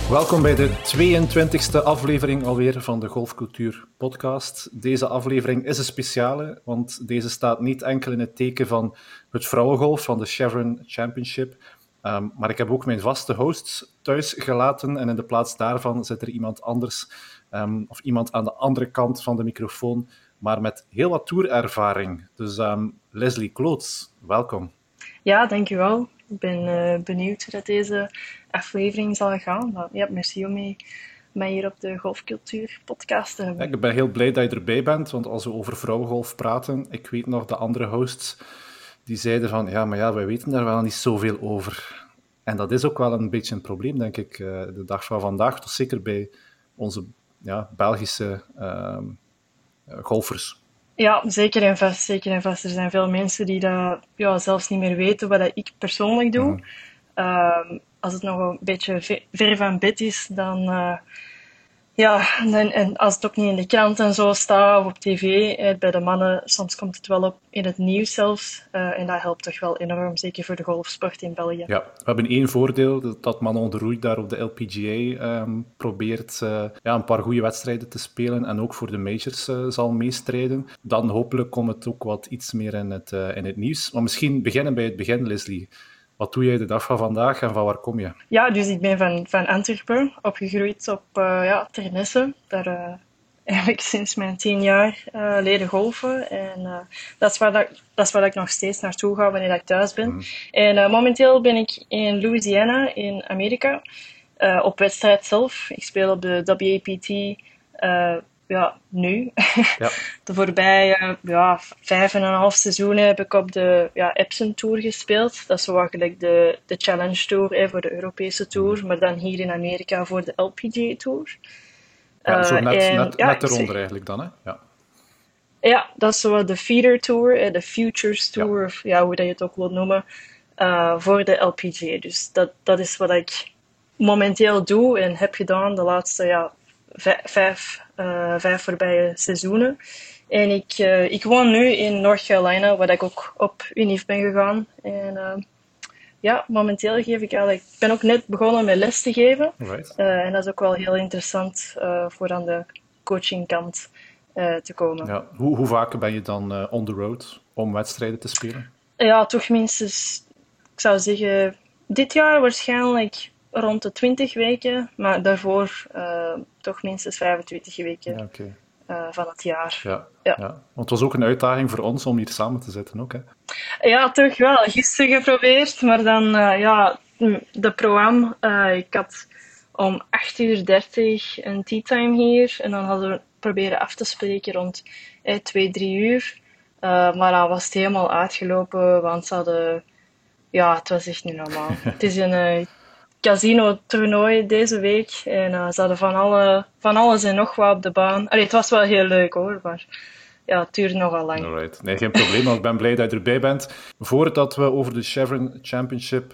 Welkom bij de 22e aflevering alweer van de Golfcultuur podcast. Deze aflevering is een speciale, want deze staat niet enkel in het teken van het vrouwengolf, van de Chevron Championship, maar ik heb ook mijn vaste hosts thuis gelaten en in de plaats daarvan zit er iemand anders, of iemand aan de andere kant van de microfoon, maar met heel wat tourervaring. Dus Leslie Kloots, welkom. Ja, dankjewel. Ik ben benieuwd hoe dat deze aflevering zal gaan. Maar ja, merci om mij hier op de Golfcultuur podcast te hebben. Ja, ik ben heel blij dat je erbij bent, want als we over vrouwengolf praten, ik weet nog de andere hosts die zeiden van, ja, wij weten daar wel niet zoveel over. En dat is ook wel een beetje een probleem, denk ik, de dag van vandaag, toch zeker bij onze Belgische golfers. Ja, zeker en vast, zeker en vast. Er zijn veel mensen die dat zelfs niet meer weten wat dat ik persoonlijk doe. Als het nog een beetje ver van bed is, dan... en als het ook niet in de krant en zo staat, of op tv, bij de mannen, soms komt het wel op in het nieuws zelfs. En dat helpt toch wel enorm, zeker voor de golfsport in België. Ja, we hebben één voordeel, dat Manon de Roei daar op de LPGA probeert een paar goede wedstrijden te spelen en ook voor de majors zal meestrijden. Dan hopelijk komt het ook wat iets meer in het nieuws. Maar misschien beginnen bij het begin, Leslie. Wat doe jij de dag van vandaag en van waar kom je? Ja, dus ik ben van Antwerpen, opgegroeid op Ternisse. Daar heb ik sinds mijn 10 jaar leren golfen. En dat is waar ik nog steeds naartoe ga wanneer ik thuis ben. En momenteel ben ik in Louisiana, in Amerika, op wedstrijd zelf. Ik speel op de WAPT nu. Ja. De voorbije 5,5 seizoenen heb ik op de Epson Tour gespeeld. Dat is zo eigenlijk de Challenge Tour voor de Europese Tour, maar dan hier in Amerika voor de LPGA Tour. Ja, zo net eronder eigenlijk dan, hè? Ja. Ja, dat is zo de Feeder Tour, de Futures Tour, of hoe dat je het ook wilt noemen, voor de LPGA. Dus dat is wat ik momenteel doe en heb gedaan de laatste vijf voorbije seizoenen. En ik woon nu in North Carolina, waar ik ook op UNIF ben gegaan. En momenteel geef ik eigenlijk... Ik ben ook net begonnen met les te geven. Right. En dat is ook wel heel interessant voor aan de coachingkant te komen. Ja. Hoe vaak ben je dan on the road om wedstrijden te spelen? Ja, toch minstens... Ik zou zeggen, dit jaar waarschijnlijk rond de 20 weken, maar daarvoor toch minstens 25 weken van het jaar. Ja. Want het was ook een uitdaging voor ons om hier samen te zitten ook, hè? Ja, toch wel. Gisteren geprobeerd, maar dan, de pro-am. Ik had om 8:30 een tea time hier en dan hadden we proberen af te spreken rond 2, 3 uur. Maar dan was het helemaal uitgelopen, want ze hadden... Ja, het was echt niet normaal. Het is een casino-toernooi deze week en ze hadden van alles en nog wat op de baan. Allee, het was wel heel leuk hoor, maar ja, het duurde nogal lang. Alright. Nee, geen probleem, want ik ben blij dat je erbij bent. Voordat we over de Chevron Championship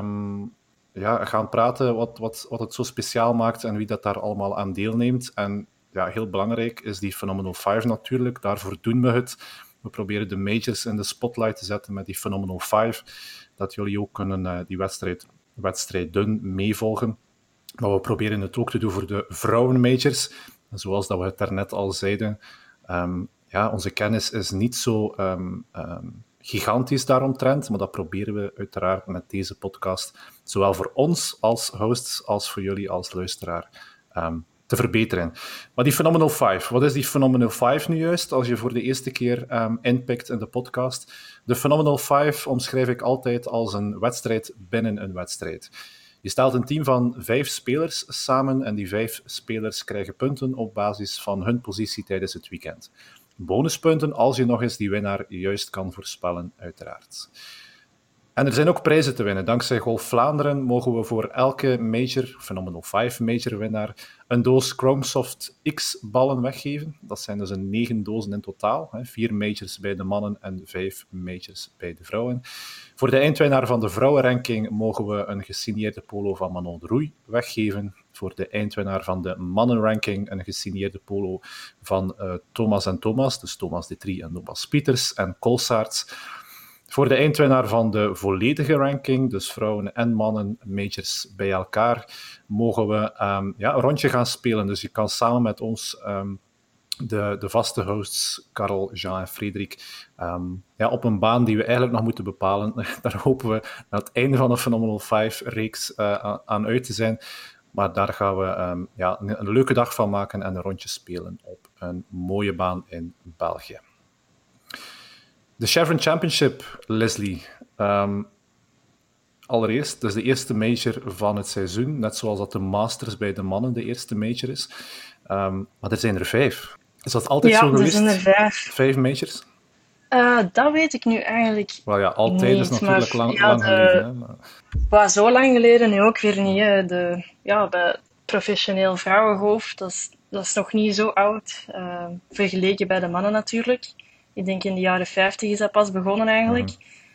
gaan praten, wat het zo speciaal maakt en wie dat daar allemaal aan deelneemt. En ja, heel belangrijk is die Phenomenal 5 natuurlijk, daarvoor doen we het. We proberen de majors in de spotlight te zetten met die Phenomenal 5, dat jullie ook kunnen die wedstrijden meevolgen. Maar we proberen het ook te doen voor de vrouwenmajors. Zoals dat we het daarnet al zeiden, onze kennis is niet zo gigantisch daaromtrent, maar dat proberen we uiteraard met deze podcast, zowel voor ons als hosts, als voor jullie als luisteraar, te verbeteren. Maar die Phenomenal 5, wat is die Phenomenal 5 nu juist, als je voor de eerste keer inpikt in de podcast? De Phenomenal 5 omschrijf ik altijd als een wedstrijd binnen een wedstrijd. Je stelt een team van 5 spelers samen en die 5 spelers krijgen punten op basis van hun positie tijdens het weekend. Bonuspunten als je nog eens die winnaar juist kan voorspellen, uiteraard. En er zijn ook prijzen te winnen. Dankzij Golf Vlaanderen mogen we voor elke major, Phenomenal 5 major winnaar, een doos Chromesoft X-ballen weggeven. Dat zijn dus 9 dozen in totaal. 4 majors bij de mannen en 5 majors bij de vrouwen. Voor de eindwinnaar van de vrouwenranking mogen we een gesigneerde polo van Manon de Roei weggeven. Voor de eindwinnaar van de mannenranking een gesigneerde polo van Thomas en Thomas, dus Thomas de Trie en Thomas Pieters en Colsaerts. Voor de eindwinnaar van de volledige ranking, dus vrouwen en mannen, majors bij elkaar, mogen we een rondje gaan spelen. Dus je kan samen met ons, de vaste hosts, Karel, Jean en Frederik, op een baan die we eigenlijk nog moeten bepalen. Daar hopen we aan het einde van de Phenomenal 5-reeks aan uit te zijn. Maar daar gaan we een leuke dag van maken en een rondje spelen op een mooie baan in België. De Chevron Championship, Leslie. Allereerst, dat is de eerste major van het seizoen, net zoals dat de Masters bij de mannen de eerste major is. Maar er zijn er 5. Is dat altijd zo geweest? Ja, er zijn er 5. 5 majors? Dat weet ik nu eigenlijk Wel ja, altijd niet, is natuurlijk maar, lang geleden. Hè, maar... Zo lang geleden nu ook weer niet. Hè. Bij professioneel vrouwengolf, dat is nog niet zo oud. Vergeleken bij de mannen natuurlijk. Ik denk in de jaren 50 is dat pas begonnen eigenlijk.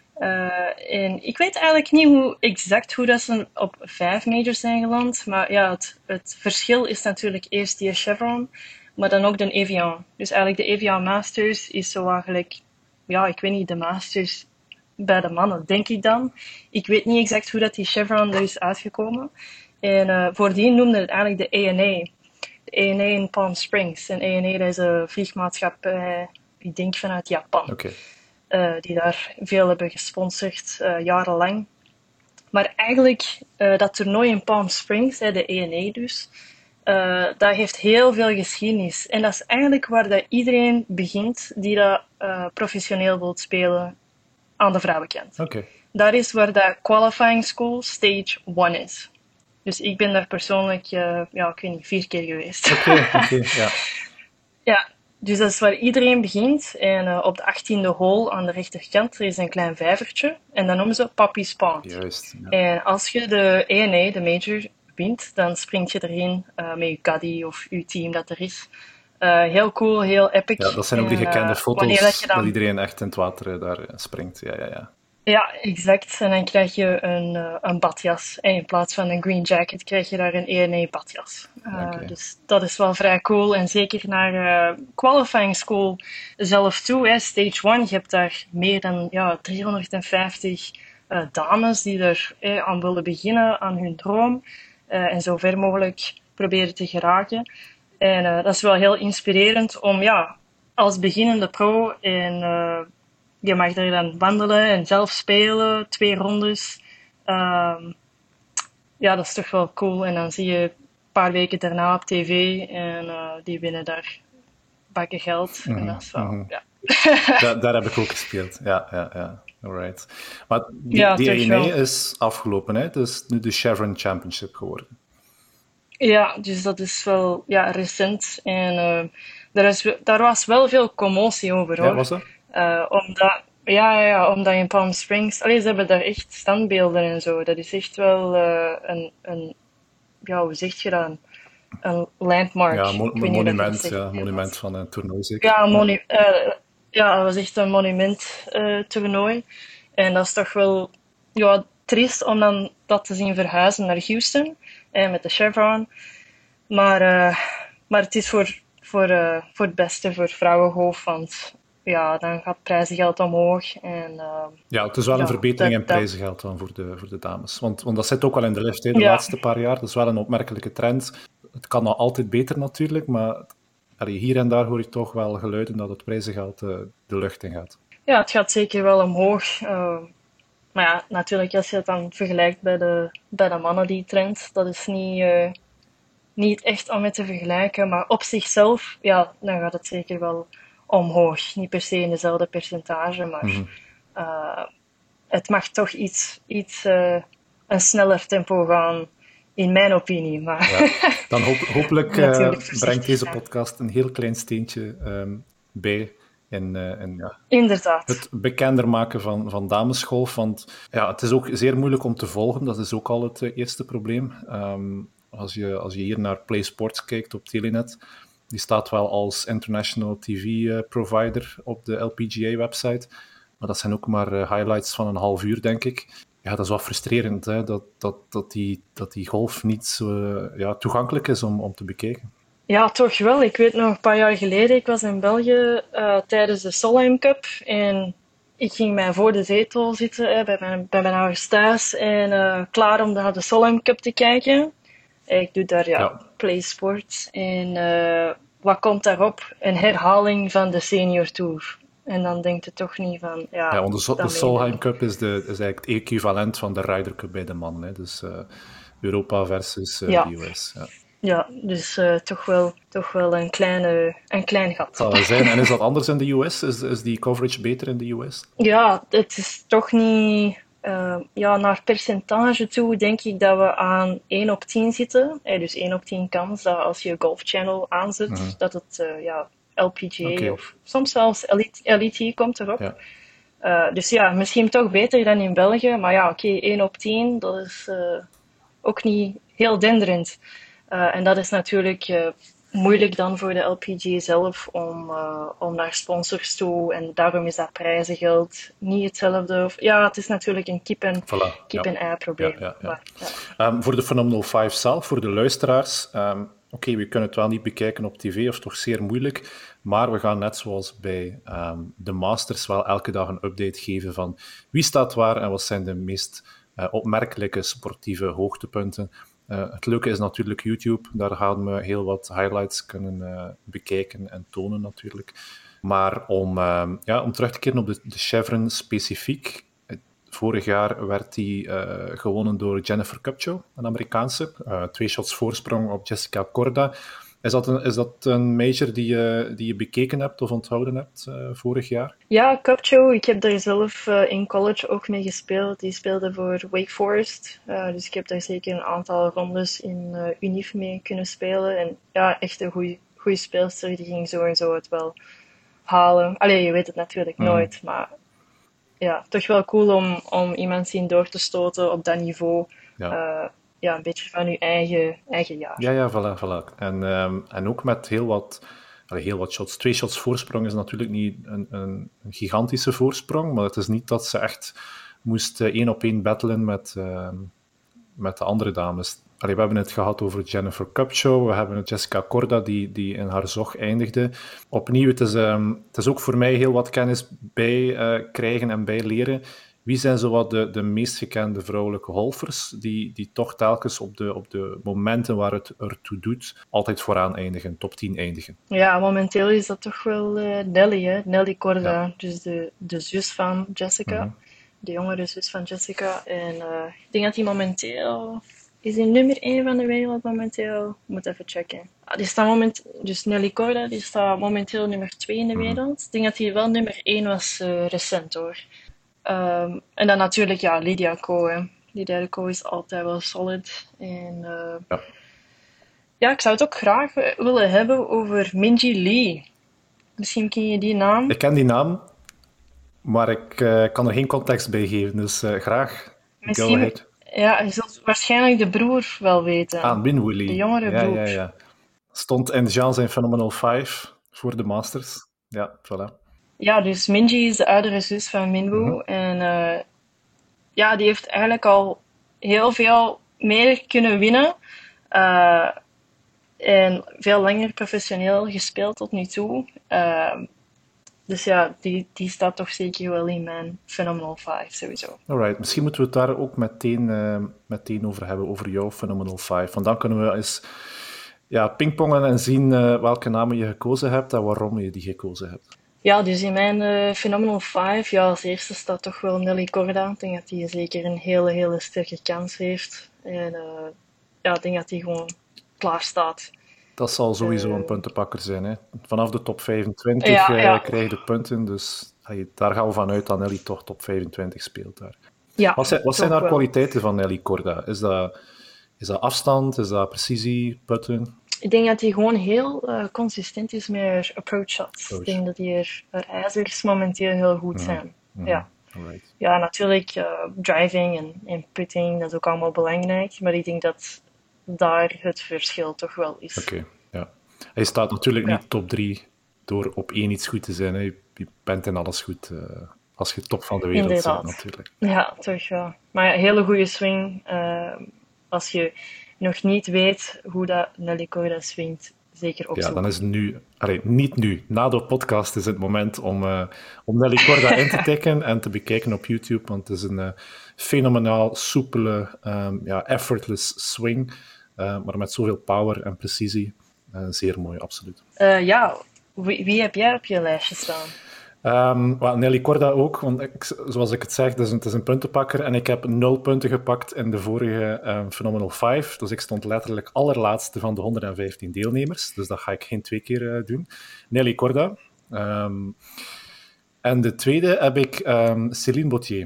En ik weet eigenlijk niet exact hoe dat ze op 5 majors zijn geland. Maar ja, het verschil is natuurlijk eerst die Chevron, maar dan ook de Evian. Dus eigenlijk de Evian Masters is zo eigenlijk, ik weet niet, de Masters bij de mannen, denk ik dan. Ik weet niet exact hoe dat die Chevron er is uitgekomen. En voordien noemde het eigenlijk de ANA. De ANA in Palm Springs. En ANA, dat is een vliegmaatschappij, ik denk vanuit Japan. Okay. Die daar veel hebben gesponsord, jarenlang. Maar eigenlijk, dat toernooi in Palm Springs, de ANA dus, dat heeft heel veel geschiedenis. En dat is eigenlijk waar dat iedereen begint die dat professioneel wil spelen aan de vrouwenkant. Okay. Daar is waar dat qualifying school stage 1 is. Dus ik ben daar persoonlijk, ik weet niet, 4 keer geweest. Oké, ja. Ja, dus dat is waar iedereen begint. En op de 18e hole aan de rechterkant er is een klein vijvertje. En dat noemen ze Papi's Pond. Juist. Ja. En als je de ANA, de major, wint, dan spring je erin met je caddy of je team dat er is. Heel cool, heel epic. Ja, dat zijn ook die gekende foto's dat iedereen echt in het water daar springt. Ja. Ja, exact. En dan krijg je een badjas. En in plaats van een green jacket krijg je daar een ANA badjas. Dus dat is wel vrij cool. En zeker naar qualifying school zelf toe, stage 1. Je hebt daar meer dan 350 dames die er aan willen beginnen, aan hun droom. En zo ver mogelijk proberen te geraken. En dat is wel heel inspirerend om als beginnende pro en... je mag er dan wandelen en zelf spelen, 2 rondes. Dat is toch wel cool. En dan zie je een paar weken daarna op tv en die winnen daar bakken geld. En dat is wel, Daar heb ik ook gespeeld. Ja. Alright. Maar die ANA is afgelopen, hè? Het is nu de Chevron Championship geworden. Ja, dus dat is wel recent. En daar was wel veel commotie over, hoor. Ja, was dat? Omdat in Palm Springs... ze hebben daar echt standbeelden en zo. Dat is echt wel hoe zeg je dat? Een landmark. Ja, monument van een toernooi zeker. Ja, dat was echt een monument toernooi. En dat is toch wel triest om dan dat te zien verhuizen naar Houston. Met de Chevron. Maar het is voor het beste voor vrouwengolf, want... dan gaat prijzengeld omhoog. En, het is wel een verbetering in prijzengeld dan voor de dames. Want dat zit ook wel in de lift, de laatste paar jaar. Dat is wel een opmerkelijke trend. Het kan nog altijd beter natuurlijk, maar hier en daar hoor je toch wel geluiden dat het prijzengeld de lucht in gaat. Ja, het gaat zeker wel omhoog. Maar natuurlijk, als je het dan vergelijkt bij de mannen, die trend, dat is niet echt om mee te vergelijken. Maar op zichzelf, dan gaat het zeker wel omhoog. Niet per se in dezelfde percentage, maar het mag toch iets een sneller tempo gaan, in mijn opinie. Maar dan hopelijk brengt deze podcast een heel klein steentje bij Inderdaad. Het bekender maken van damesgolf. Want het is ook zeer moeilijk om te volgen. Dat is ook al het eerste probleem. Als je hier naar Play Sports kijkt op Telenet, die staat wel als international TV-provider op de LPGA-website. Maar dat zijn ook maar highlights van een half uur, denk ik. Ja, dat is wel frustrerend, hè, dat die golf niet zo toegankelijk is om te bekijken. Ja, toch wel. Ik weet nog een paar jaar geleden, ik was in België tijdens de Solheim Cup. En ik ging mij voor de zetel zitten bij mijn ouders thuis en klaar om naar de Solheim Cup te kijken. Ik doe daar Ja, Play Sports. En wat komt daarop? Een herhaling van de Senior Tour. En dan denkt het toch niet van, ja, ja, want de dat meen je Solheim niet. Cup is eigenlijk het equivalent van de Ryder Cup bij de mannen. Hè. Dus Europa versus de Ja, US. Ja. ja, dus toch wel een klein Het gat. zal wel zijn. En is dat anders in de US? Is die coverage beter in de US? Ja, het is toch niet. Ja, naar percentage toe denk ik dat we aan 1 op 10 zitten. Dus 1 op 10 kans dat als je Golf Channel aanzet, dat het LPGA Oké, of soms zelfs LET komt erop. ja. Dus ja, misschien toch beter dan in België. Maar ja, oké, 1 op 10, dat is ook niet heel denderend. En dat is natuurlijk moeilijk dan voor de LPG zelf om naar sponsors toe. En daarom is dat prijzengeld niet hetzelfde. Ja, het is natuurlijk een Voilà. kip en ei Ja, probleem. ja, ja. Maar, ja. Voor de Phenomenal 5 zelf, voor de luisteraars. Oké, we kunnen het wel niet bekijken op tv, of toch zeer moeilijk. Maar we gaan net zoals bij de Masters wel elke dag een update geven van wie staat waar en wat zijn de meest opmerkelijke sportieve hoogtepunten. Het leuke is natuurlijk YouTube. Daar gaan we heel wat highlights kunnen bekijken en tonen natuurlijk. Maar om terug te keren op de Chevron specifiek. Vorig jaar werd die gewonnen door Jennifer Kupcho, een Amerikaanse. 2 shots voorsprong op Jessica Korda. Is dat een major die je bekeken hebt of onthouden hebt vorig jaar? Ja, Cupcho, ik heb daar zelf in college ook mee gespeeld. Die speelde voor Wake Forest. Dus ik heb daar zeker een aantal rondes in Unif mee kunnen spelen. En ja, echt een goede speelster. Die ging sowieso het wel halen. Allee, je weet het natuurlijk nooit. Maar ja, toch wel cool om iemand zien door te stoten op dat niveau. Ja. Ja, een beetje van je eigen jaar. Ja, voilà, voilà. En ook met heel wat shots. 2 shots voorsprong is natuurlijk niet een gigantische voorsprong, maar het is niet dat ze echt moest 1-op-1 battlen met de andere dames. We hebben het gehad over Jennifer Kupcho, we hebben Jessica Korda die in haar zog eindigde. Opnieuw, het is ook voor mij heel wat kennis bij krijgen en bij leren. Wie zijn zowat de meest gekende vrouwelijke golfers die toch telkens op de momenten waar het ertoe doet, altijd vooraan eindigen, top 10 eindigen? Ja, momenteel is dat toch wel Nelly, hè? Nelly Korda. Ja. Dus de zus van Jessica. De jongere zus van Jessica. En ik denk dat hij momenteel... Is hij nummer 1 van de wereld momenteel? Ik moet even checken. Die staat dus Nelly Korda, die staat momenteel nummer 2 in de wereld. Ik denk dat hij wel nummer 1 was recent hoor. En dan natuurlijk, ja, Lydia Ko. Hè. Lydia Ko is altijd wel solid. En Ja. ja, ik zou het ook graag willen hebben over Minjee Lee. Misschien ken je die naam. Ik ken die naam, maar ik kan er geen context bij geven, dus graag. Go Misschien, ahead. ja, je zult waarschijnlijk de broer wel weten. Min Woolley. De jongere broer. Ja. Stond in Jean zijn Phenomenal 5 voor de Masters. Ja, voilà. Ja, dus Minjee is de oudere zus van Minwoo. En ja, die heeft eigenlijk al heel veel meer kunnen winnen. En veel langer professioneel gespeeld tot nu toe. Dus ja, die staat toch zeker wel in mijn Phenomenal 5 sowieso. Alright, misschien moeten we het daar ook meteen over hebben, over jouw Phenomenal 5. Want dan kunnen we eens pingpongen en zien welke namen je gekozen hebt en waarom je die gekozen hebt. Ja, dus in mijn Phenomenal 5, ja, als eerste staat toch wel Nelly Korda. Ik denk dat hij zeker een hele sterke kans heeft. En ja, ik denk dat hij gewoon klaar staat. Dat zal sowieso een puntenpakker zijn. Hè. Vanaf de top 25 Ja. krijg je de punten, dus daar gaan we vanuit dat Nelly toch top 25 speelt daar. Ja, Wat zijn toch haar wel. kwaliteiten van Nelly Korda? Is dat afstand? Is dat precisie? Putten? Ik denk dat hij gewoon heel consistent is met haar approach shots. Approach. Ik denk dat haar ijzers momenteel heel goed zijn. Ja. Alright. Ja, natuurlijk driving en putting, dat is ook allemaal belangrijk. Maar ik denk dat daar het verschil toch wel is. Oké, ja. Hij staat natuurlijk Ja. niet top 3 door op 1 iets goed te zijn. Hè. Je bent in alles goed als je top van de wereld bent, Inderdaad. natuurlijk. Ja, toch wel. Maar ja, hele goede swing. Als je nog niet weet hoe dat Nelly Korda swingt, zeker Ja, opzoeken. dan is het nu, niet nu, na de podcast is het moment om Nelly Korda in te tikken en te bekijken op YouTube, want het is een fenomenaal soepele, effortless swing, maar met zoveel power en precisie. Zeer mooi, absoluut. Ja, wie heb jij op je lijstje staan? Nelly Korda ook, want zoals ik het zeg, het is een puntenpakker en ik heb 0 punten gepakt in de vorige Phenomenal 5. Dus ik stond letterlijk allerlaatste van de 115 deelnemers. Dus dat ga ik geen 2 keer doen. Nelly Korda. En de tweede heb ik Céline Bautier.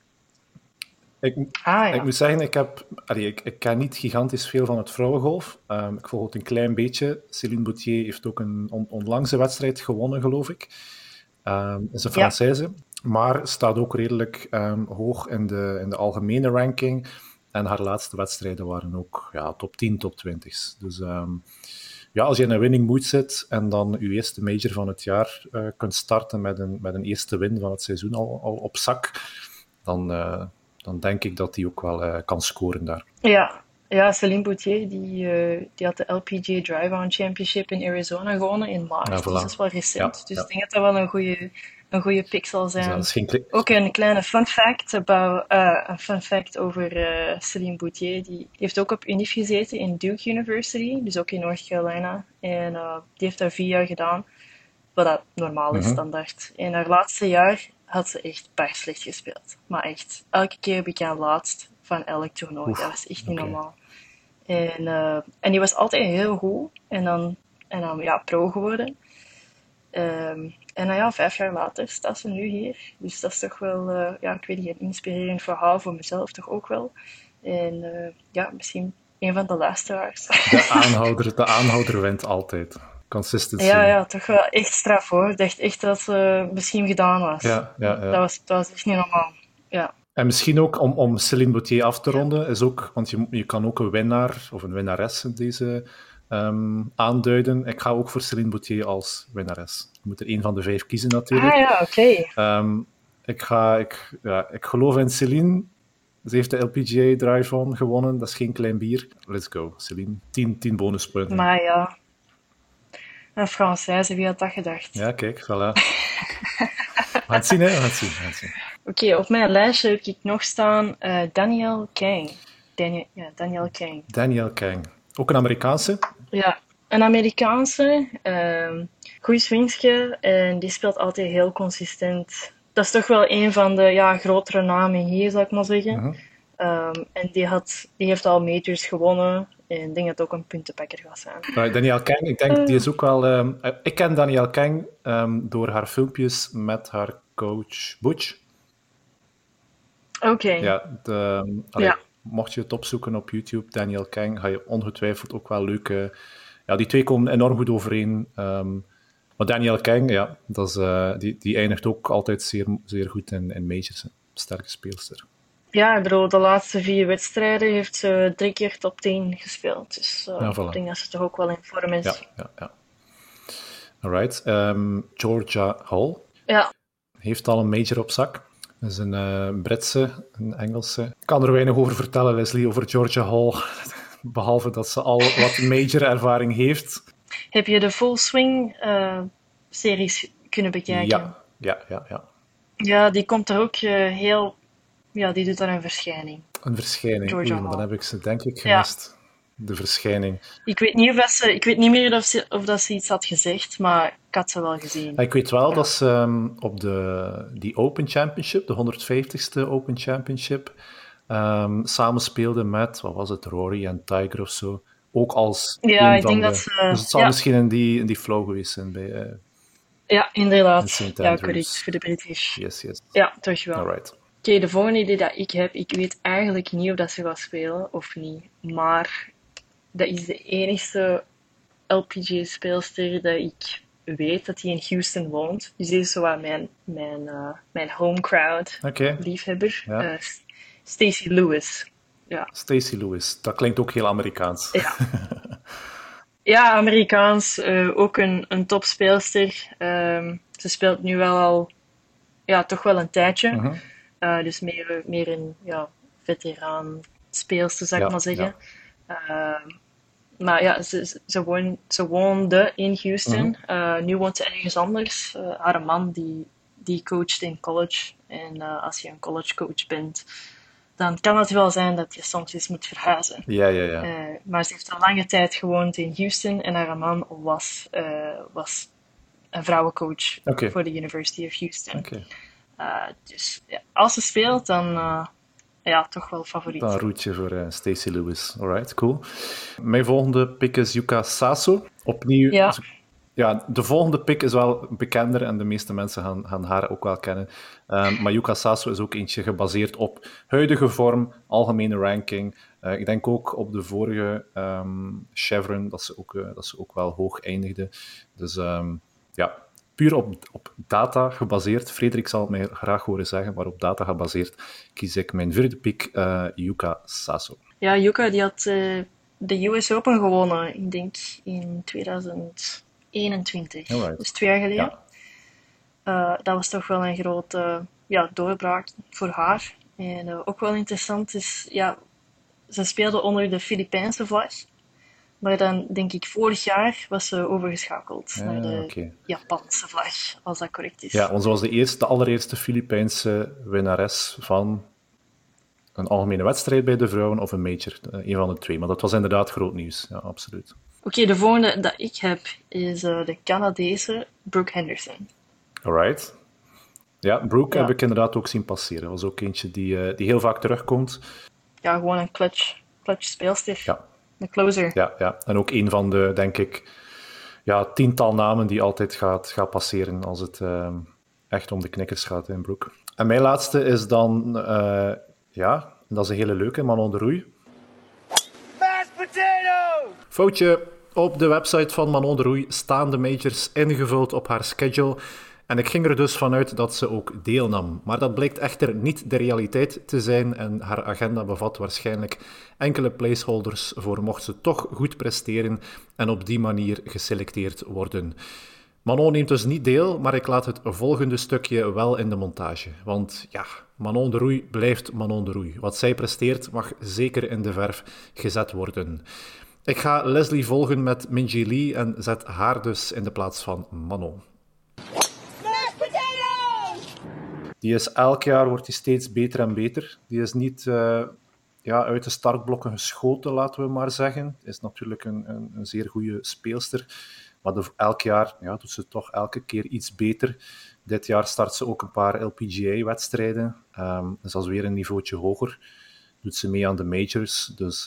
Ik moet zeggen, ik ken niet gigantisch veel van het vrouwengolf. Ik volg het een klein beetje. Céline Bautier heeft ook een onlangs een wedstrijd gewonnen, geloof ik. Is een Française, maar staat ook redelijk hoog in de algemene ranking. En haar laatste wedstrijden waren ook top 10, top 20's. Dus als je in een winning mood zit en dan je eerste major van het jaar kunt starten met een eerste win van het seizoen al op zak, dan denk ik dat die ook wel kan scoren daar. Ja, Céline Bautier die had de LPGA Drive-On Championship in Arizona gewonnen in maart. Ja, voilà. Dus dat is wel recent. Dus ik denk dat dat wel een goede pick zal zijn. Dus ook een kleine fun fact over Céline Bautier. Die heeft ook op UNIF gezeten in Duke University, dus ook in North Carolina. En die heeft daar 4 jaar gedaan, wat dat normaal is, standaard. En haar laatste jaar had ze echt bar slecht gespeeld. Maar echt, elke keer bekend laatst van elk toernooi. Dat was echt niet normaal. En die was altijd heel goed. En dan pro geworden. En dan 5 jaar later staat ze nu hier. Dus dat is toch wel, ik weet niet, een inspirerend verhaal voor mezelf toch ook wel. En misschien een van de luisteraars. De aanhouder wint altijd. Consistency. Ja, toch wel echt straf hoor. Ik dacht echt dat ze misschien gedaan was. Ja. Dat was echt niet normaal. Ja. En misschien ook om Céline Bautier af te ronden, is ook, want je kan ook een winnaar of een winnares deze aanduiden. Ik ga ook voor Céline Bautier als winnares. Je moet er 1 van de 5 kiezen natuurlijk. Oké. Ik geloof in Céline. Ze heeft de LPGA Drive-On gewonnen. Dat is geen klein bier. Let's go, Céline. 10 bonuspunten. Maar ja. Een Française, wie had dat gedacht? Ja, kijk, voilà. We gaan het zien, hè. We gaan het zien. Oké, op mijn lijstje heb ik nog staan Danielle Kang. Danielle Kang. Danielle Kang. Ook een Amerikaanse? Ja, een Amerikaanse. Goeie swingske. En die speelt altijd heel consistent. Dat is toch wel een van de grotere namen hier, zou ik maar zeggen. En die heeft al majors gewonnen. En ik denk dat het ook een puntenpakker gaat zijn. Danielle Kang, ik denk die is ook wel... ik ken Danielle Kang door haar filmpjes met haar coach Butch. Oké. Mocht je het opzoeken op YouTube, Danielle Kang, ga je ongetwijfeld ook wel leuke... die twee komen enorm goed overeen. Maar Danielle Kang, dat is, die eindigt ook altijd zeer, zeer goed in majors. Sterke speelster. Ja, ik bedoel, de laatste 4 wedstrijden heeft ze 3 keer top 10 gespeeld. Dus voilà. Ik denk dat ze toch ook wel in vorm is. Ja. Alright. Georgia Hall. Ja. Heeft al een major op zak. Dat is een Britse, een Engelse. Ik kan er weinig over vertellen, Leslie, over Georgia Hall. Behalve dat ze al wat major ervaring heeft. Heb je de Full Swing series kunnen bekijken? Ja. Ja, die komt er ook heel... Ja, die doet daar een verschijning. Een verschijning. Georgia Oei, maar dan Hall. heb ik ze denk ik gemist. De verschijning. Ik weet niet meer of dat ze iets had gezegd, maar ik had ze wel gezien. Ik weet wel dat ze op die Open Championship, de 150ste Open Championship, samenspeelde met, wat was het, Rory en Tiger of zo. Ook als Ja, een ik van denk de... dat ze... Dus het zal misschien in die flow geweest zijn bij... ja, inderdaad. St. Ja, Andrews. correct, voor de British. Yes. Ja, terug wel. Alright. Oké, de volgende idee dat ik heb, ik weet eigenlijk niet of dat ze gaat spelen of niet, maar dat is de enige LPGA-speelster dat ik weet dat hij in Houston woont. Dus die is zo wat mijn home crowd liefhebber. Ja. Stacey Lewis. Ja. Stacey Lewis, dat klinkt ook heel Amerikaans. Ja. Ja, Amerikaans. Ook een topspeelster. Ze speelt nu wel al toch wel een tijdje. Dus meer een veteraan speelster, zou ik maar zeggen. Maar ja, ze woonde in Houston. Nu woont ze ergens anders. Haar man die coacht in college. En als je een collegecoach bent, dan kan het wel zijn dat je soms eens moet verhuizen. Maar ze heeft al lange tijd gewoond in Houston en haar man was een vrouwencoach voor de University of Houston. Dus ja, als ze speelt, dan toch wel favoriet. Dan een roetje voor Stacey Lewis. Alright, cool. Mijn volgende pick is Yuka Saso. Opnieuw. Ja, de volgende pick is wel bekender en de meeste mensen gaan haar ook wel kennen. Maar Yuka Saso is ook eentje gebaseerd op huidige vorm, algemene ranking. Ik denk ook op de vorige Chevron, dat ze ook wel hoog eindigde. Dus puur op data gebaseerd. Frederik zal het mij graag horen zeggen, maar op data gebaseerd kies ik mijn vierde pick, Yuka Saso. Ja, Yuka die had de US Open gewonnen, ik denk in 2021. Dus 2 jaar geleden. Ja. Dat was toch wel een grote doorbraak voor haar. En ook wel interessant is, ze speelde onder de Filipijnse vlag. Maar dan, denk ik, vorig jaar was ze overgeschakeld naar de Japanse vlag, als dat correct is. Ja, want ze was de allereerste Filipijnse winnares van een algemene wedstrijd bij de vrouwen of een major. Een van de twee. Maar dat was inderdaad groot nieuws. Ja, absoluut. Oké, de volgende dat ik heb is de Canadese Brooke Henderson. Alright. Ja, Brooke heb ik inderdaad ook zien passeren. Dat was ook eentje die heel vaak terugkomt. Ja, gewoon een clutch speelster. Ja. Een closer. Ja, en ook een van de, denk ik, tiental namen die altijd gaat passeren als het echt om de knikkers gaat in Brooke. En mijn laatste is dan, dat is een hele leuke, Manon de Roei. Mashed potato! Foutje. Op de website van Manon de Roei staan de majors ingevuld op haar schedule. En ik ging er dus vanuit dat ze ook deelnam. Maar dat blijkt echter niet de realiteit te zijn en haar agenda bevat waarschijnlijk enkele placeholders voor mocht ze toch goed presteren en op die manier geselecteerd worden. Manon neemt dus niet deel, maar ik laat het volgende stukje wel in de montage. Want ja, Manon de Roei blijft Manon de Roei. Wat zij presteert mag zeker in de verf gezet worden. Ik ga Leslie volgen met Minjee Lee en zet haar dus in de plaats van Manon. Die is elk jaar wordt die steeds beter en beter. Die is niet uit de startblokken geschoten, laten we maar zeggen. Is natuurlijk een zeer goede speelster. Maar elk jaar doet ze toch elke keer iets beter. Dit jaar start ze ook een paar LPGA-wedstrijden. Dus dat is weer een niveautje hoger. Doet ze mee aan de majors. Dus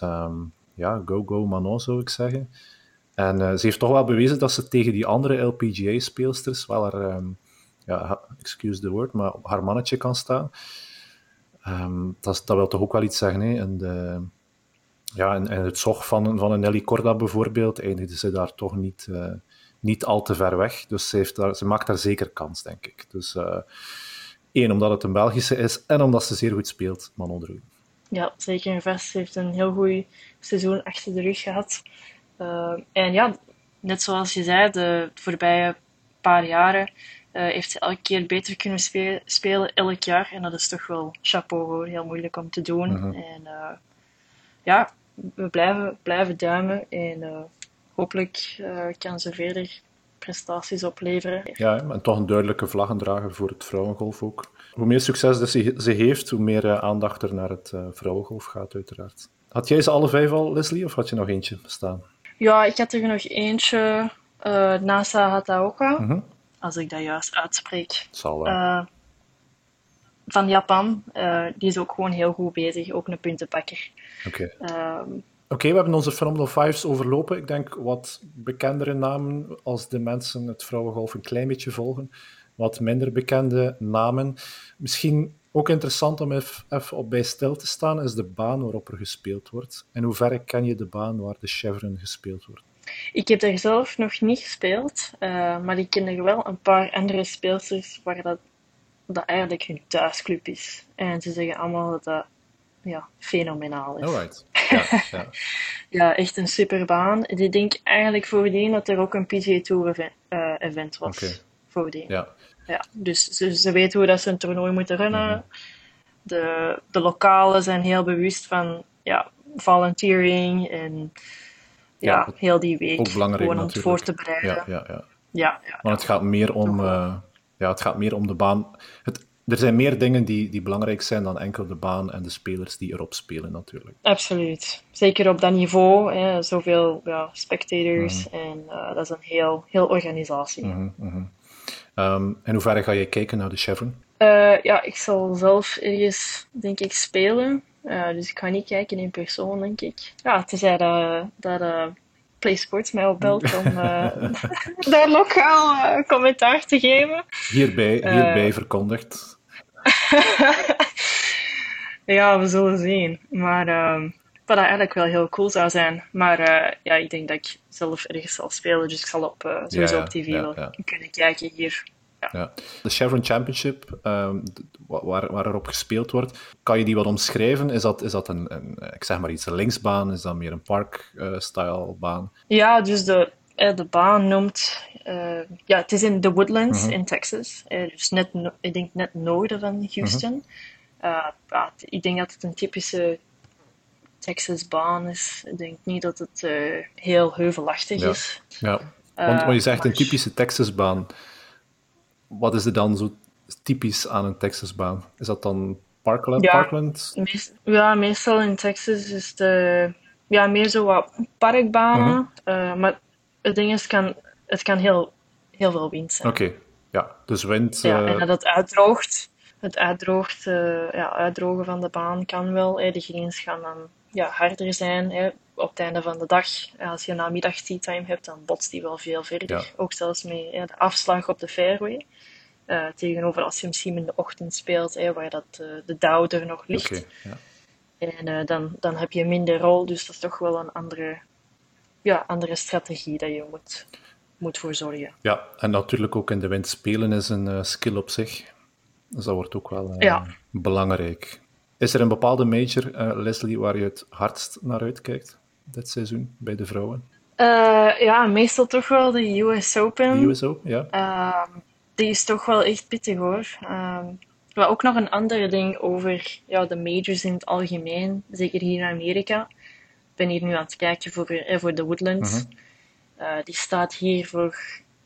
go Manon, zou ik zeggen. En ze heeft toch wel bewezen dat ze tegen die andere LPGA-speelsters wel haar... excuse the word, maar op haar mannetje kan staan. Dat wil toch ook wel iets zeggen, hè? En het zog van een Nelly Korda bijvoorbeeld, eindigde ze daar toch niet al te ver weg. Dus ze maakt daar zeker kans, denk ik. Dus omdat het een Belgische is en omdat ze zeer goed speelt, Manon de Roei. Ja, zeker en vast. Ze heeft een heel goed seizoen achter de rug gehad. En ja, net zoals je zei, de voorbije paar jaren heeft ze elke keer beter kunnen spelen, elk jaar. En dat is toch wel chapeau, hoor. Heel moeilijk om te doen. Mm-hmm. En we blijven duimen. En hopelijk kan ze verder prestaties opleveren. Ja, en toch een duidelijke vlaggendrager voor het vrouwengolf ook. Hoe meer succes ze heeft, hoe meer aandacht er naar het vrouwengolf gaat, uiteraard. Had jij ze alle 5 al, Leslie, of had je nog eentje staan? Ja, ik had er nog eentje. Nasa Hataoka. Mm-hmm. Als ik dat juist uitspreek. Zal wel. Van Japan. Die is ook gewoon heel goed bezig. Ook een puntenpakker. Oké, we hebben onze Phenomenal Fives overlopen. Ik denk wat bekendere namen als de mensen het vrouwengolf een klein beetje volgen. Wat minder bekende namen. Misschien ook interessant om even op bij stil te staan, is de baan waarop er gespeeld wordt. In hoeverre ken je de baan waar de Chevron gespeeld wordt? Ik heb daar zelf nog niet gespeeld, maar ik ken er wel een paar andere speelsters waar dat eigenlijk hun thuisclub is. En ze zeggen allemaal dat dat fenomenaal is. Alright. Ja, echt een superbaan. Ik denk eigenlijk voordien dat er ook een PGA Tour event was. Voordien. Ja. Dus ze weten hoe dat ze een toernooi moeten runnen. Mm-hmm. De lokalen zijn heel bewust van volunteering en ja, heel die ook week. belangrijk Gewoon om het voor natuurlijk. te bereiden. Ja. Ja, Maar het gaat meer om, toch wel. het gaat meer om de baan. Er zijn meer dingen die belangrijk zijn dan enkel de baan en de spelers die erop spelen natuurlijk. Absoluut. Zeker op dat niveau, hè, zoveel Mhm, spectators en dat is een heel organisatie. in hoeverre ga je kijken naar de Chevron? Ja, ik zal zelf ergens, denk ik, spelen. Dus ik ga niet kijken in persoon, denk ik. Ja, tenzij dat PlaySports mij opbelt om daar lokaal commentaar te geven. Hierbij verkondigd. Ja, we zullen zien. Maar wat eigenlijk wel heel cool zou zijn. Maar ja, ik denk dat ik zelf ergens zal spelen. Dus ik zal sowieso op tv wel Ja. kunnen kijken hier. Ja. Ja. De Chevron Championship, waar erop gespeeld wordt, kan je die wat omschrijven? Is dat ik zeg maar iets, een linksbaan? Is dat meer een park-style baan? Ja, dus de baan noemt. Ja, het is in The Woodlands Mhm, in Texas. Dus net, ik denk net noorden van mhm. Houston. Ja, ik denk dat het een typische Texas baan is. Ik denk niet dat het heel heuvelachtig Ja, is. ja. Want je zegt een Maar typische Texasbaan. Wat is er dan zo typisch aan een Texasbaan? Is dat dan ja, Parkland? meestal in Texas is meer zo wat Mhm. parkbanen. Maar het ding is, het kan heel veel wind zijn. Oké, ja. Dus wind. Ja, en dat het uitdroogt. Uitdrogen van de baan kan wel. De greens gaan dan harder zijn. Op het einde van de dag, als je namiddag tea time hebt, dan botst die wel veel Ja, verder. Ook zelfs met de afslag op de fairway. Tegenover als je misschien in de ochtend speelt, waar de dauw er nog oké. ligt. Ja. En dan heb je minder rol, dus dat is toch wel een andere strategie dat je moet voor zorgen. Ja, en natuurlijk ook in de wind spelen is een skill op zich. Dus dat wordt ook wel Ja, belangrijk. Is er een bepaalde major, Leslie, waar je het hardst naar uitkijkt dit seizoen bij de vrouwen? ja, meestal toch wel de US De Open. USO, ja? Die is toch wel echt pittig hoor. Maar ook nog een ander ding over de majors in het algemeen, zeker hier in Amerika. Ik ben hier nu aan het kijken voor de Woodlands. Mhm. Die staat hier voor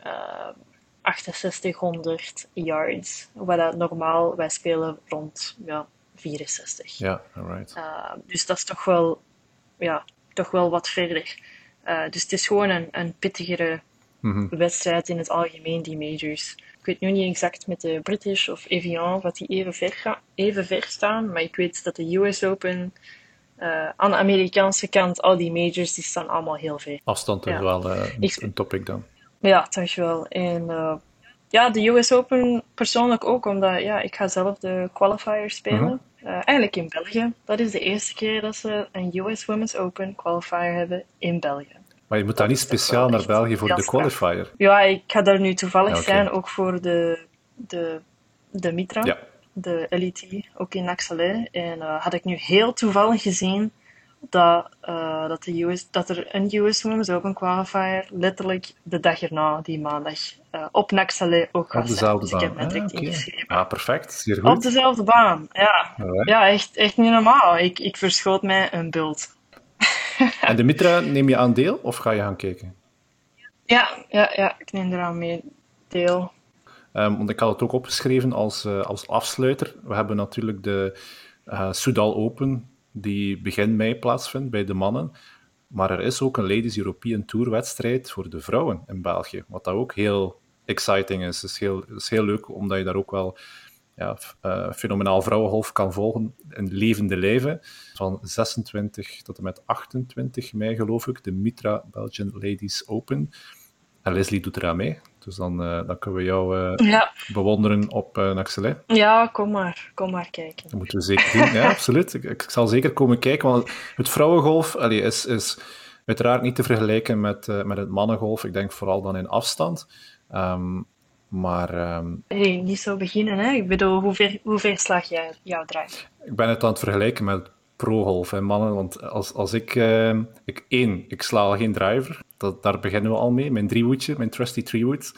6800 yards. Wat dat normaal, wij spelen rond 64. Ja, alright. Dus dat is toch wel wat verder. Dus het is gewoon een pittigere Mhm. wedstrijd in het algemeen, die majors. Ik weet nu niet exact met de British of Evian wat die even ver staan, maar ik weet dat de US Open aan de Amerikaanse kant, al die majors, die staan allemaal heel ver. Afstand is Ja, wel ik, een topic dan. ja, toch wel. En ja, de US Open persoonlijk ook, omdat ik ga zelf de qualifier Mhm. spelen. Eigenlijk in België. Dat is de eerste keer dat ze een US Women's Open qualifier hebben in België. Maar je moet daar Dat niet is toch wel speciaal naar echt België voor heel de straf. qualifier. Ja, ik ga daar nu toevallig Ja, oké. zijn, ook voor de Mitra, Ja, de LET, ook in Naxalé. En had ik nu heel toevallig gezien dat er een US Women's Open qualifier letterlijk de dag erna, die maandag, op Naxalé ook op gaat zijn. dezelfde Dus ik heb baan. mij Ah, direct oké. ingeschreven. Ah, perfect. Zeer Op goed. dezelfde baan, ja. Alright. Ja, echt niet normaal. Ik verschoot mij een bult. En de Mitra, neem je aan deel of ga je gaan kijken? Ja, ik neem eraan mee deel. Want ik had het ook opgeschreven als afsluiter. We hebben natuurlijk de Soudal Open, die begin mei plaatsvindt bij de mannen. Maar er is ook een Ladies European Tour wedstrijd voor de vrouwen in België. Wat dat ook heel exciting is. Het is heel leuk, omdat je daar ook wel fenomenaal vrouwengolf kan volgen in levende lijven. Van 26 tot en met 28 mei, geloof ik, de Mitra Belgian Ladies Open. En Leslie doet eraan mee. Dus dan kunnen we jou Ja, bewonderen op Naxalé. ja, kom maar kijken. Dat moeten we zeker doen. Ja, absoluut. Ik zal zeker komen kijken, want het vrouwengolf is uiteraard niet te vergelijken met het mannengolf. Ik denk vooral dan in afstand. Maar Hey, niet zo beginnen, hè? Ik bedoel, hoe ver slaag jij jouw drive? ik ben het aan het vergelijken met pro-golf en mannen. Want als ik sla al geen driver. Daar beginnen we al mee. Mijn driewoodje, mijn trusty threewood,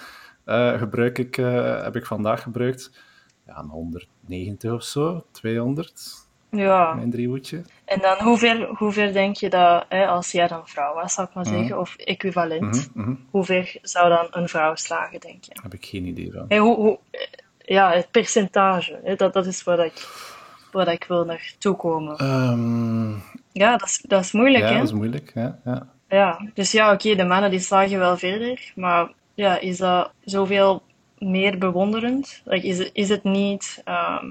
heb ik vandaag gebruikt. Ja, een 190 of zo, 200. Ja. mijn driehoedje. En dan hoe ver denk je dat, hè, als jij dan vrouw was, zou ik maar zeggen, of equivalent, hoe ver zou dan een vrouw slagen, denk je? Daar heb ik geen idee van. Hè, ja, het percentage, hè, dat is wat ik wil naartoe komen. Ja, dat is moeilijk, Ja, hè? dat is moeilijk. Ja. Ja, dus ja, oké, de mannen die slagen wel verder, maar ja, is dat zoveel meer bewonderend? Like, is het niet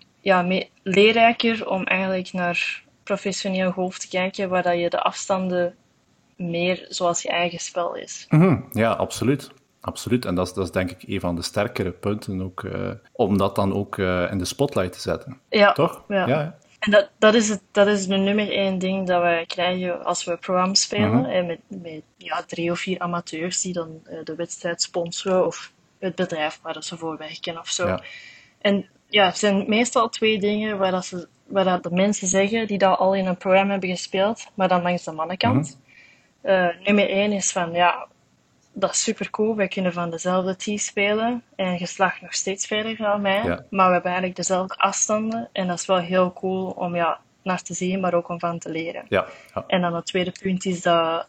leerrijker om eigenlijk naar professioneel golf te kijken, waar dat je de afstanden meer zoals je eigen spel is? Ja, absoluut. Absoluut. En dat is denk ik een van de sterkere punten ook, om dat dan ook in de spotlight te zetten. Ja, Toch? ja. Ja. En dat is de nummer één ding dat wij krijgen als we programma's spelen. En met 3 of 4 amateurs die dan de wedstrijd sponsoren of het bedrijf waar dat ze voor werken of zo. Ja. En ja, het zijn meestal 2 dingen waar dat de mensen zeggen die dat al in een programma hebben gespeeld, maar dan langs de mannenkant. Nummer 1 is van, ja, dat is super cool. Wij kunnen van dezelfde tee spelen en je slaagt nog steeds verder dan mij. Ja. Maar we hebben eigenlijk dezelfde afstanden en dat is wel heel cool om naar te zien, maar ook om van te leren. Ja. En dan het tweede punt is dat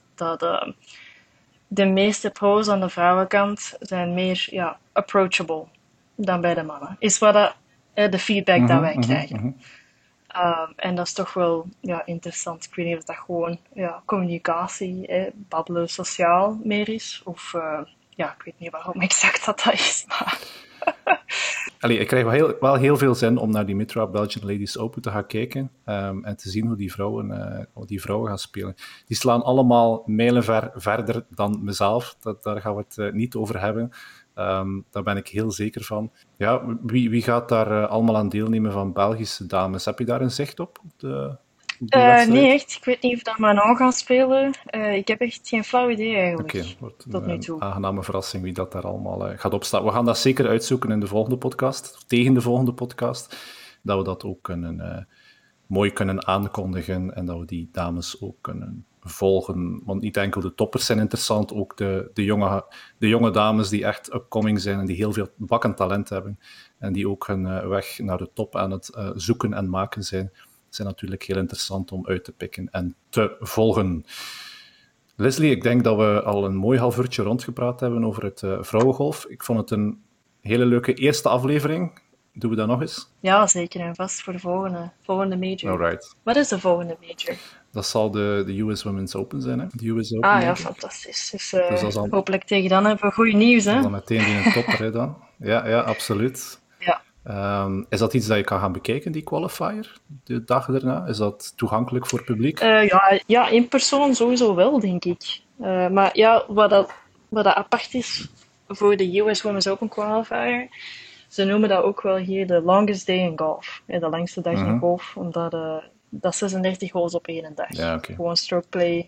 de meeste pro's aan de vrouwenkant zijn meer approachable dan bij de mannen. Is wat de feedback dat wij krijgen. En dat is toch wel interessant. Ik weet niet of dat gewoon communicatie, babbelen, sociaal meer is. Of ik weet niet waarom exact dat is. Maar Allee, ik krijg wel heel veel zin om naar die Mitra Belgian Ladies Open te gaan kijken en te zien hoe die vrouwen gaan spelen. Die slaan allemaal mijlen verder dan mezelf. Daar gaan we het niet over hebben. Daar ben ik heel zeker van. Ja, wie gaat daar allemaal aan deelnemen van Belgische dames? Heb je daar een zicht op die wedstrijd? nee, echt. Ik weet niet of dat Manon gaat spelen. Ik heb echt geen flauw idee eigenlijk. Oké, wordt tot nu toe. Een aangename verrassing wie dat daar allemaal gaat opstaan. We gaan dat zeker uitzoeken in de volgende podcast, of tegen de volgende podcast, dat we dat ook mooi kunnen aankondigen en dat we die dames ook kunnen volgen. Want niet enkel de toppers zijn interessant, ook de jonge dames die echt upcoming zijn en die heel veel bakken talent hebben en die ook hun weg naar de top aan het zoeken en maken zijn natuurlijk heel interessant om uit te pikken en te volgen. Leslie, ik denk dat we al een mooi half uurtje rondgepraat hebben over het vrouwengolf. Ik vond het een hele leuke eerste aflevering. Doen we dat nog eens? Ja, zeker en vast voor de volgende major. Alright. Wat is de volgende major? Dat zal de US Women's Open zijn, hè? De US Open ja, major. fantastisch. Dus dat is al, hopelijk tegen dan hebben we goed nieuws, hè? Dan meteen in een topper, hè, dan. Ja, absoluut. Ja. Is dat iets dat je kan gaan bekijken, die qualifier, de dag erna? Is dat toegankelijk voor het publiek? Ja, in persoon sowieso wel, denk ik. Maar ja, wat dat apart is voor de US Women's Open qualifier, ze noemen dat ook wel hier de longest day in golf. De langste dag in golf, omdat dat 36 holes op één dag. Ja, okay. Gewoon stroke play.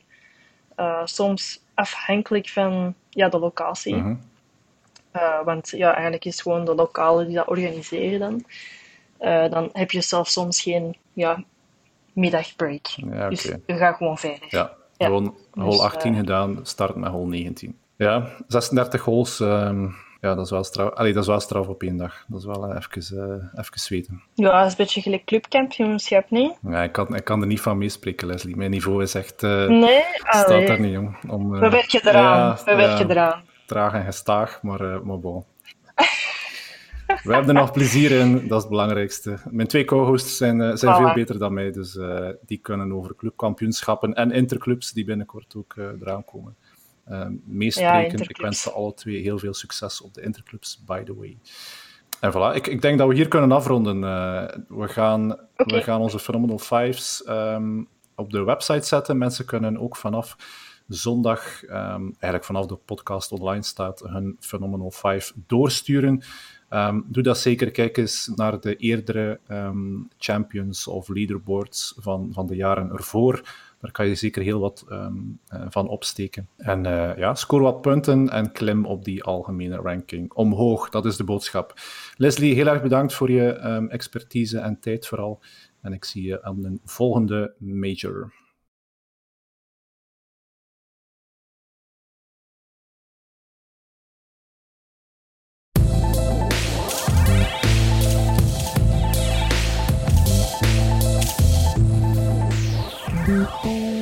Soms afhankelijk van de locatie. Want eigenlijk is gewoon de lokale die dat organiseren dan. Dan heb je zelfs soms geen middagbreak. Ja, okay. Dus je gaat gewoon verder. Ja, gewoon hole 18 gedaan, start met hole 19. Ja, 36 holes, dat is wel straf. Allee, dat is wel straf op één dag. Dat is wel even zweten. Ja, dat is een beetje gelijk clubkampioenschap, nee? Ja, ik kan er niet van meespreken, Leslie. Mijn niveau is echt... nee? Staat daar niet, jong. We werken eraan. We werken eraan. Traag en gestaag, maar bon. We hebben er nog plezier in, dat is het belangrijkste. Mijn 2 co-hosts zijn veel beter dan mij, dus die kunnen over clubkampioenschappen en interclubs, die binnenkort ook eraan komen, meespreken. Ik wens ze alle 2 heel veel succes op de interclubs, by the way. En voilà, ik denk dat we hier kunnen afronden. We gaan onze Phenomenal Fives op de website zetten. Mensen kunnen ook vanaf zondag, eigenlijk vanaf de podcast online staat, hun Phenomenal 5 doorsturen. Doe dat zeker. Kijk eens naar de eerdere champions of leaderboards van de jaren ervoor. Daar kan je zeker heel wat van opsteken. En score wat punten en klim op die algemene ranking omhoog. Dat is de boodschap. Leslie, heel erg bedankt voor je expertise en tijd vooral. En ik zie je aan een volgende major. Doei.